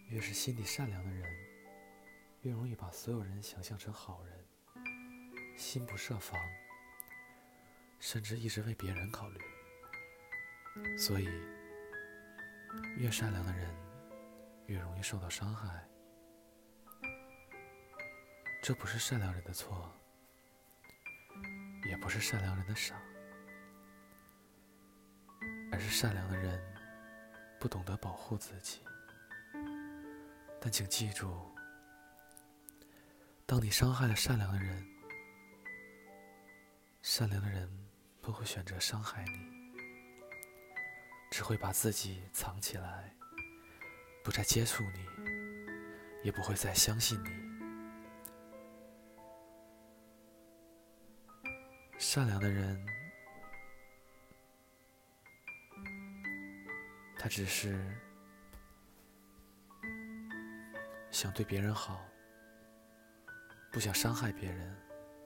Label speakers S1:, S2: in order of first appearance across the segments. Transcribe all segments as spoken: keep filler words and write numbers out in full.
S1: 越是心地善良的人，越容易把所有人想象成好人，心不设防，甚至一直为别人考虑。所以，越善良的人越容易受到伤害。这不是善良人的错，也不是善良人的傻，而是善良的人不懂得保护自己。但请记住，当你伤害了善良的人，善良的人不会选择伤害你，只会把自己藏起来，不再接触你，也不会再相信你。善良的人，他只是想对别人好，不想伤害别人。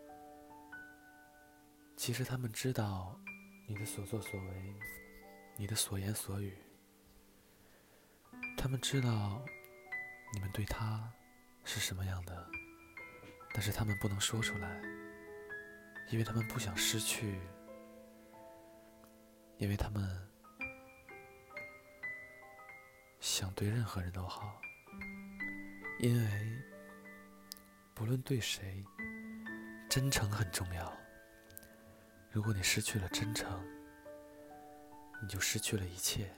S1: 其实他们知道你的所作所为，你的所言所语，他们知道你们对他是什么样的，但是他们不能说出来，因为他们不想失去，因为他们想对任何人都好。因为不论对谁，真诚很重要。如果你失去了真诚，你就失去了一切。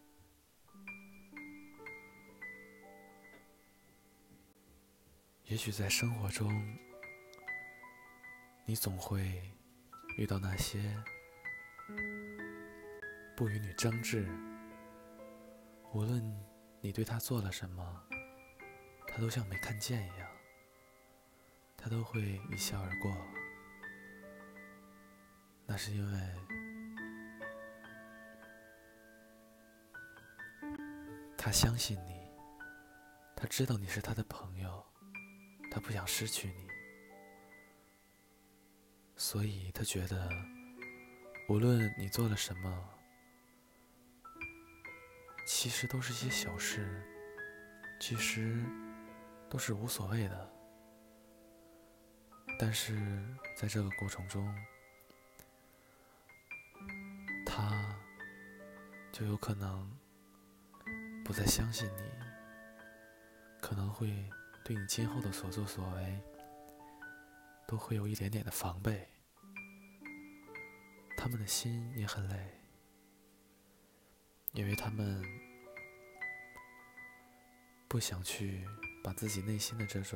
S1: 也许在生活中，你总会遇到那些不与你争执，无论你对他做了什么，他都像没看见一样，他都会一笑而过。那是因为他相信你，他知道你是他的朋友，他不想失去你，所以他觉得无论你做了什么，其实都是些小事，其实都是无所谓的。但是在这个过程中，他就有可能不再相信你，可能会对你今后的所作所为都会有一点点的防备。他们的心也很累，因为他们不想去把自己内心的这种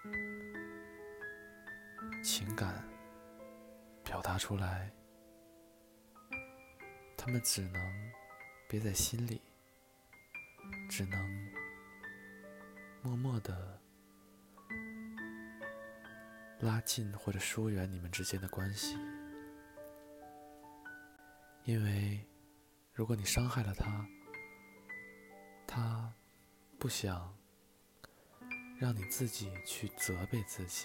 S1: 情感表达出来，他们只能憋在心里，只能默默地拉近或者疏远你们之间的关系。因为如果你伤害了他，他不想让你自己去责备自己，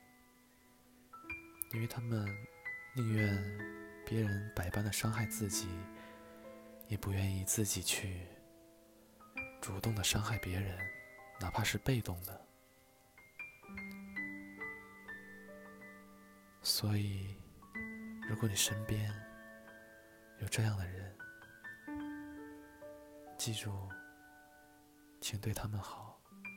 S1: 因为他们宁愿别人百般的伤害自己，也不愿意自己去主动的伤害别人，哪怕是被动的。所以如果你身边有这样的人，记住，请对他们好。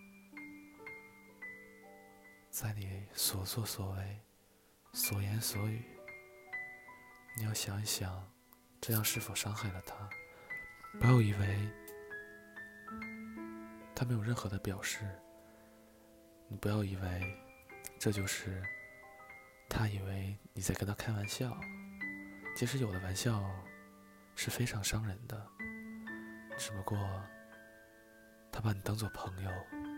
S1: 在你所作所为、所言所语，你要想一想，这样是否伤害了他。不要以为他没有任何的表示，你不要以为这就是他以为你在跟他开玩笑。其实有的玩笑是非常伤人的，只不过他把你当作朋友，